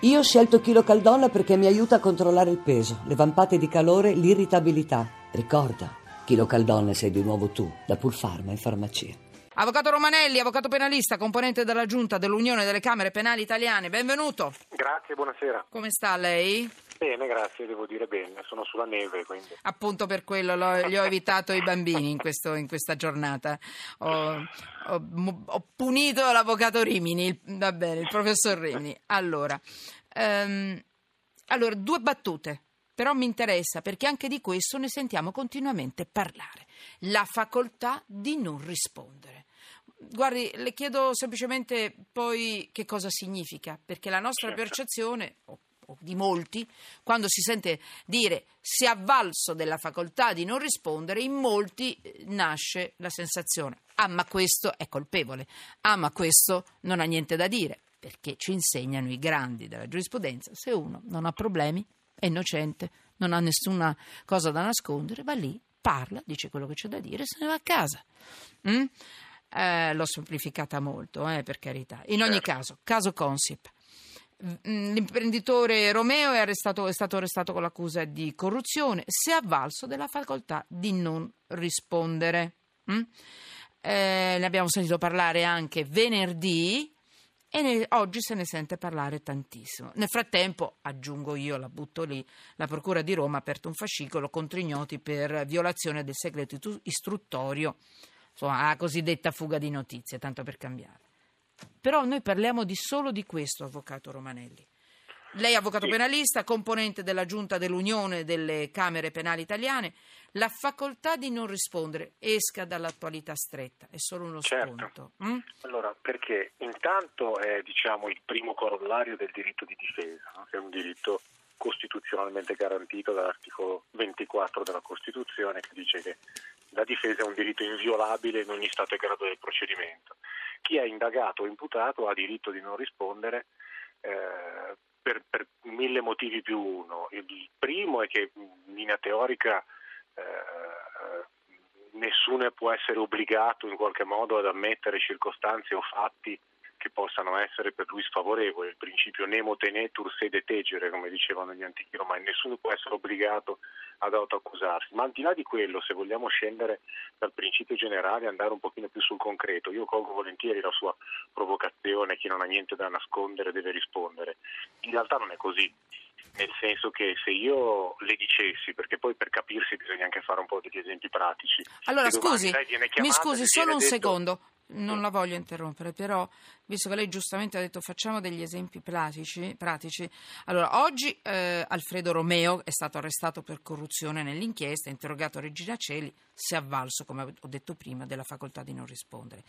Io ho scelto KiloCaldon perché mi aiuta a controllare il peso, le vampate di calore, l'irritabilità. Ricorda, KiloCaldon sei di nuovo tu, da Pulpharma in farmacia. Avvocato Romanelli, avvocato penalista, componente della Giunta dell'Unione delle Camere Penali Italiane, benvenuto. Grazie, buonasera. Come sta lei? Bene, grazie, devo dire bene, sono sulla neve, quindi. Appunto per quello gli ho evitato i bambini in questa giornata. Ho punito l'avvocato Rimini, va bene, il professor Rimini. Allora, due battute. Però mi interessa perché anche di questo ne sentiamo continuamente parlare. La facoltà di non rispondere. Guardi, le chiedo semplicemente poi che cosa significa, perché la nostra percezione, o di molti, quando si sente dire si è avvalso della facoltà di non rispondere, in molti nasce la sensazione: ah, ma questo è colpevole, ah, ma questo non ha niente da dire, perché ci insegnano i grandi della giurisprudenza: se uno non ha problemi, è innocente, non ha nessuna cosa da nascondere, va lì, parla, dice quello che c'è da dire e se ne va a casa. L'ho semplificata molto, per carità. In ogni caso Consip. L'imprenditore Romeo è stato arrestato con l'accusa di corruzione, si è avvalso della facoltà di non rispondere. Ne abbiamo sentito parlare anche venerdì e oggi se ne sente parlare tantissimo. Nel frattempo, aggiungo io, la butto lì, la Procura di Roma ha aperto un fascicolo contro ignoti per violazione del segreto istruttorio, insomma, la cosiddetta fuga di notizie, tanto per cambiare. Però noi parliamo solo di questo, avvocato Romanelli. Lei è avvocato penalista, componente della Giunta dell'Unione delle Camere Penali Italiane. La facoltà di non rispondere esca dall'attualità stretta, è solo uno spunto. Allora, perché intanto è il primo corollario del diritto di difesa, no? Che è un diritto costituzionalmente garantito dall'articolo 24 della Costituzione, che dice che la difesa è un diritto inviolabile in ogni stato e grado del procedimento. Chi è indagato o imputato ha diritto di non rispondere per 1000 motivi più uno. Il primo è che in linea teorica nessuno può essere obbligato in qualche modo ad ammettere circostanze o fatti che possano essere per lui sfavorevoli. Il principio nemo tenetur sede tegere, come dicevano gli antichi romani, nessuno può essere obbligato ad autoaccusarsi. Ma al di là di quello, se vogliamo scendere dal principio generale e andare un pochino più sul concreto, io colgo volentieri la sua provocazione: chi non ha niente da nascondere deve rispondere. In realtà non è così, nel senso che se io le dicessi, perché poi per capirsi bisogna anche fare un po' degli esempi pratici. Allora scusi, mi scusi solo un detto... secondo, non la voglio interrompere, però visto che lei giustamente ha detto facciamo degli esempi pratici. Allora, oggi Alfredo Romeo è stato arrestato per corruzione nell'inchiesta, interrogato a Regina Coeli, si è avvalso, come ho detto prima, della facoltà di non rispondere.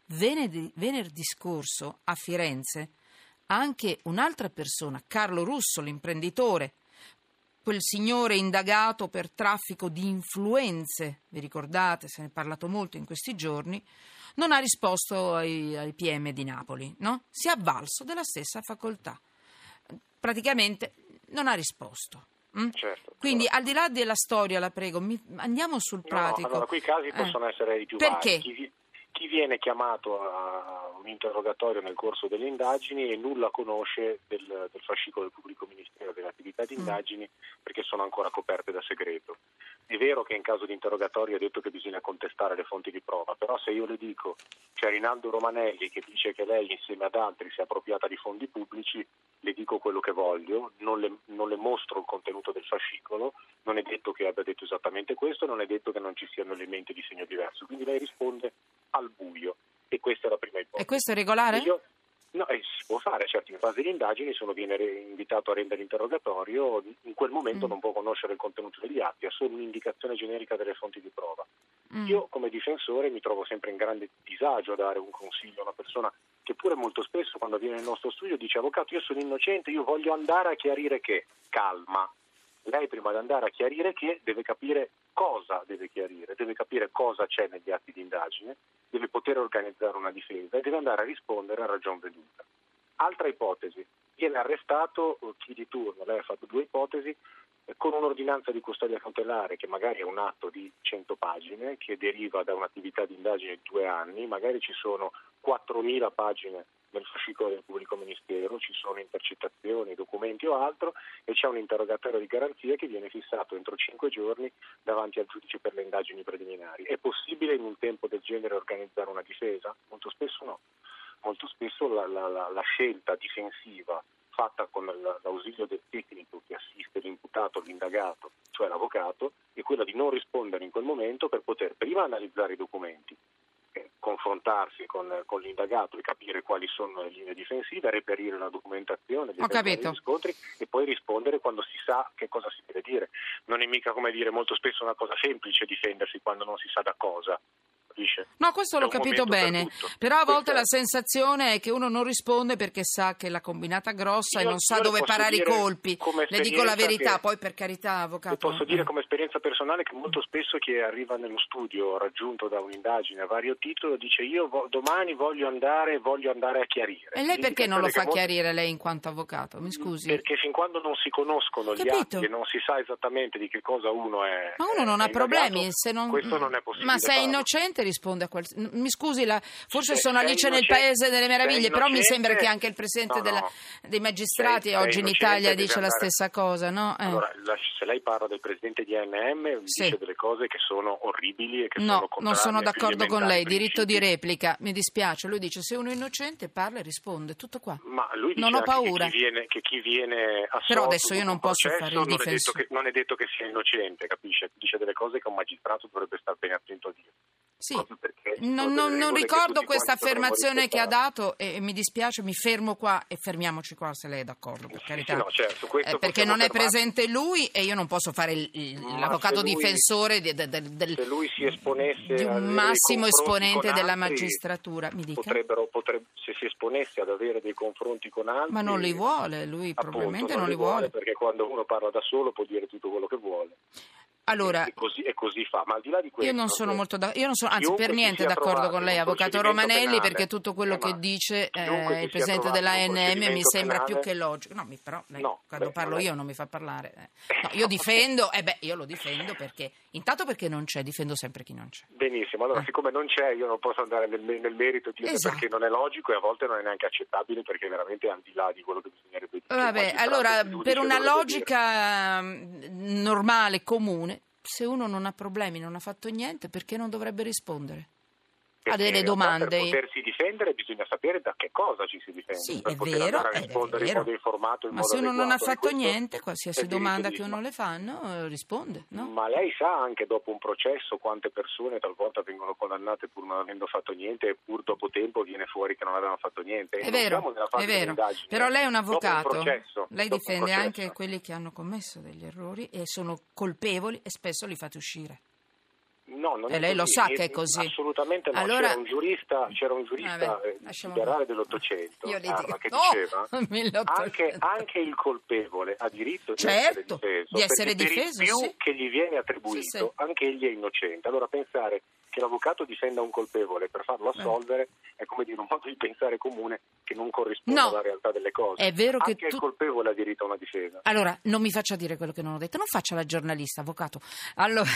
Venerdì scorso a Firenze anche un'altra persona, Carlo Russo, l'imprenditore, quel signore indagato per traffico di influenze, vi ricordate, se ne è parlato molto in questi giorni, non ha risposto ai PM di Napoli, no? Si è avvalso della stessa facoltà. Praticamente non ha risposto. Certo. Quindi al di là della storia, la prego, andiamo sul pratico. Allora, qui i casi possono essere i più perché? vari. Chi viene chiamato a un interrogatorio nel corso delle indagini e nulla conosce del fascicolo del pubblico ministero, delle attività di indagini, perché sono ancora coperte da segreto. È vero che in caso di interrogatorio è detto che bisogna contestare le fonti di prova, però se io le dico c'è Rinaldo Romanelli che dice che lei insieme ad altri si è appropriata di fondi pubblici, le dico quello che voglio, non le mostro il contenuto del fascicolo, non è detto che abbia detto esattamente questo, non è detto che non ci siano elementi di segno diverso, quindi lei risponde al buio, e questa è la prima ipotesi. E questo è regolare? No, si può fare, certo, in fase di indagini se uno viene invitato a rendere l'interrogatorio, in quel momento non può conoscere il contenuto degli atti, ha solo un'indicazione generica delle fonti di prova. Io come difensore mi trovo sempre in grande disagio a dare un consiglio a una persona che pure molto spesso quando viene nel nostro studio dice: avvocato, io sono innocente, io voglio andare a chiarire che. Calma. Lei prima di andare a chiarire che deve capire cosa deve chiarire, deve capire cosa c'è negli atti di indagine, deve poter organizzare una difesa e deve andare a rispondere a ragion veduta. Altra ipotesi, viene arrestato chi di turno, lei ha fatto due ipotesi, con un'ordinanza di custodia cautelare che magari è un atto di 100 pagine che deriva da un'attività di indagine di 2 anni, magari ci sono 4.000 pagine nel fascicolo del pubblico ministero, ci sono intercettazioni, documenti o altro, e c'è un interrogatorio di garanzia che viene fissato entro 5 giorni davanti al giudice per le indagini preliminari. È possibile in un tempo del genere organizzare una difesa? Molto spesso no. Molto spesso la scelta difensiva fatta con l'ausilio del tecnico che assiste l'imputato, l'indagato, cioè l'avvocato, è quella di non rispondere in quel momento per poter prima analizzare i documenti, confrontarsi con l'indagato e capire quali sono le linee difensive, reperire la documentazione, gli riscontri e poi rispondere quando si sa che cosa si deve dire. Non è mica, come dire, molto spesso una cosa semplice difendersi quando non si sa da cosa. No, questo l'ho capito bene, però a volte la sensazione è che uno non risponde perché sa che l'ha combinata grossa e non sa dove parare i colpi. Le dico la verità, poi per carità, avvocato. Posso dire come esperienza personale che molto spesso chi arriva nello studio raggiunto da un'indagine a vario titolo dice io domani voglio andare a chiarire. E lei perché non lo fa chiarire lei in quanto avvocato? Mi scusi. Perché fin quando non si conoscono gli atti e non si sa esattamente di che cosa uno è. Ma uno non ha problemi se non. Questo non è possibile. Ma se è innocente risponde a mi scusi, forse sono Alice nel Paese delle Meraviglie, però mi sembra che anche il presidente dei magistrati oggi in Italia dice la stessa cosa, no? Allora, se lei parla del presidente di ANM dice delle cose che sono orribili e che sono contrarie. Non sono d'accordo con lei, diritto di replica, mi dispiace, lui dice se uno è innocente parla e risponde, tutto qua. Ma lui dice non ho paura. Che chi viene assolto, però adesso io non posso fare il difensore. Non è detto che sia innocente, capisce? Dice delle cose che un magistrato dovrebbe stare bene attento a dire. Sì, non ricordo questa affermazione che ha dato e mi dispiace, mi fermo qua e fermiamoci qua se lei è d'accordo, per carità. No, certo, perché non è presente lui e io non posso fare l'avvocato difensore se lui si esponesse di un massimo esponente della magistratura. Mi dica. Se si esponesse ad avere dei confronti con altri. Ma non li vuole, lui probabilmente non li vuole. Perché quando uno parla da solo può dire tutto quello che vuole. Allora, e così fa, ma al di là di questo, io non sono anzi per niente d'accordo con lei, avvocato Romanelli, perché tutto quello che dice il presidente dell'ANM mi sembra più che logico. Quando parlo io non mi fa parlare. No, io difendo, io lo difendo perché intanto perché non c'è, difendo sempre chi non c'è. Benissimo, allora siccome non c'è io non posso andare nel merito di dire perché non è logico e a volte non è neanche accettabile perché veramente è al di là di quello che bisognerebbe dire. Vabbè, allora per una logica normale, comune, se uno non ha problemi, non ha fatto niente, perché non dovrebbe rispondere? Ha delle domande. Per potersi difendere bisogna sapere da che cosa ci si difende. Sì, per è poter vero, andare a rispondere in modo informato, ma se uno non ha fatto niente, qualsiasi domanda che uno le fanno, risponde, no? Ma lei sa anche dopo un processo quante persone talvolta vengono condannate pur non avendo fatto niente e pur dopo tempo viene fuori che non avevano fatto niente. È vero, però lei è un avvocato, lei difende anche quelli che hanno commesso degli errori e sono colpevoli e spesso li fate uscire. No, non e lei lo sa che è così. Assolutamente no. Allora, c'era un giurista liberale dell'Ottocento che diceva anche il colpevole ha diritto di essere difeso, per il più che gli viene attribuito, anche egli è innocente. Allora pensare che l'avvocato difenda un colpevole per farlo assolvere è come dire un modo di pensare comune che non corrisponde alla realtà delle cose. È vero che anche il colpevole ha diritto a una difesa. Allora, non mi faccia dire quello che non ho detto, non faccia la giornalista, avvocato. Allora,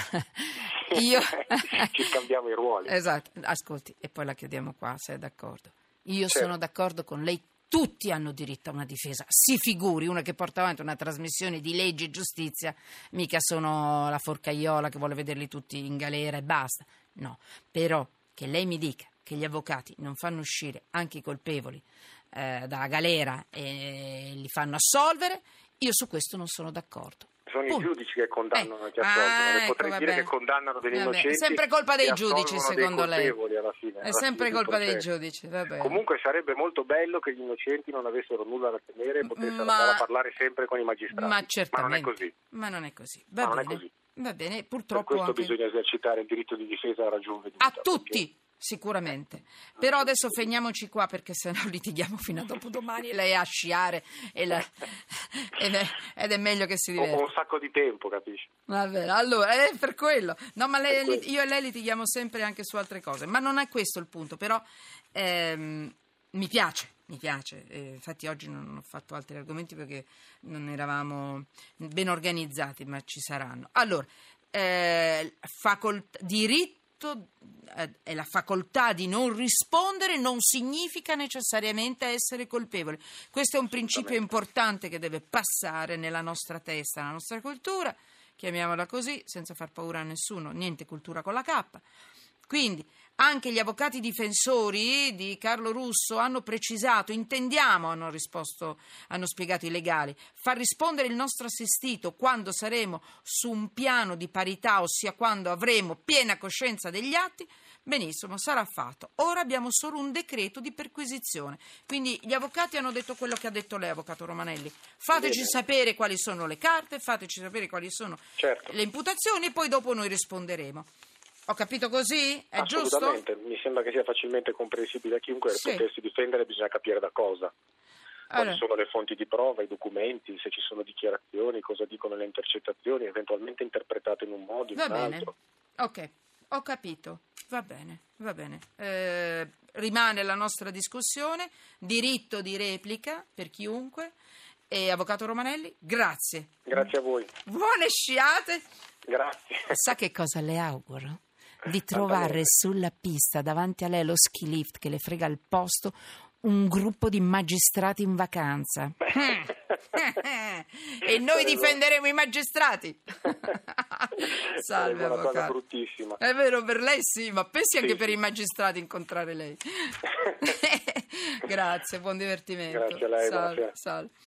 io ci scambiamo i ruoli. Esatto, ascolti, e poi la chiudiamo qua, se è d'accordo. Io sono d'accordo con lei. Tutti hanno diritto a una difesa, si figuri una che porta avanti una trasmissione di legge e giustizia, mica sono la forcaiola che vuole vederli tutti in galera e basta. No, però che lei mi dica che gli avvocati non fanno uscire anche i colpevoli dalla galera e li fanno assolvere, io su questo non sono d'accordo. Sono i giudici che condannano e che assolvono. Potrei dire che condannano degli innocenti. È sempre colpa dei giudici, secondo lei. È sempre colpa dei giudici. Comunque sarebbe molto bello che gli innocenti non avessero nulla da temere e potessero andare a parlare sempre con i magistrati. Ma certamente. Ma non è così. Va bene, purtroppo. Per questo bisogna esercitare il diritto di difesa a ragion veduta. A tutti! Sicuramente, però adesso fermiamoci qua perché sennò litighiamo fino a dopodomani e lei è a sciare ed è meglio che si diverta. Ho un sacco di tempo, capisci? Vabbè, allora è per quello. No, ma io e lei litighiamo sempre anche su altre cose, ma non è questo il punto. Però mi piace. Infatti oggi non ho fatto altri argomenti perché non eravamo ben organizzati, ma ci saranno. Allora, diritto diritto e la facoltà di non rispondere non significa necessariamente essere colpevoli. Questo è un principio importante che deve passare nella nostra testa, nella nostra cultura, chiamiamola così, senza far paura a nessuno, niente cultura con la K. Quindi anche gli avvocati difensori di Carlo Russo hanno precisato, hanno spiegato i legali, far rispondere il nostro assistito quando saremo su un piano di parità, ossia quando avremo piena coscienza degli atti, benissimo, sarà fatto. Ora abbiamo solo un decreto di perquisizione. Quindi gli avvocati hanno detto quello che ha detto lei, avvocato Romanelli. Fateci sapere quali sono le carte, fateci sapere quali sono le imputazioni e poi dopo noi risponderemo. Ho capito così? È Assolutamente. giusto? Mi sembra che sia facilmente comprensibile a chiunque. Per potersi difendere bisogna capire da cosa. Quali sono le fonti di prova, i documenti, se ci sono dichiarazioni, cosa dicono le intercettazioni, eventualmente interpretate in un modo, in un altro. Ok, ho capito. Va bene. Rimane la nostra discussione, diritto di replica per chiunque. E avvocato Romanelli, grazie. Grazie a voi. Buone sciate. Grazie. Sa che cosa le auguro? Di trovare sulla pista davanti a lei lo ski lift che le frega il posto, un gruppo di magistrati in vacanza. E noi difenderemo i magistrati. Salve, è una cosa avvocato. bruttissima. È vero, per lei sì, ma pensi anche per i magistrati incontrare lei. Grazie, buon divertimento. Grazie a lei, buonasera. Salve.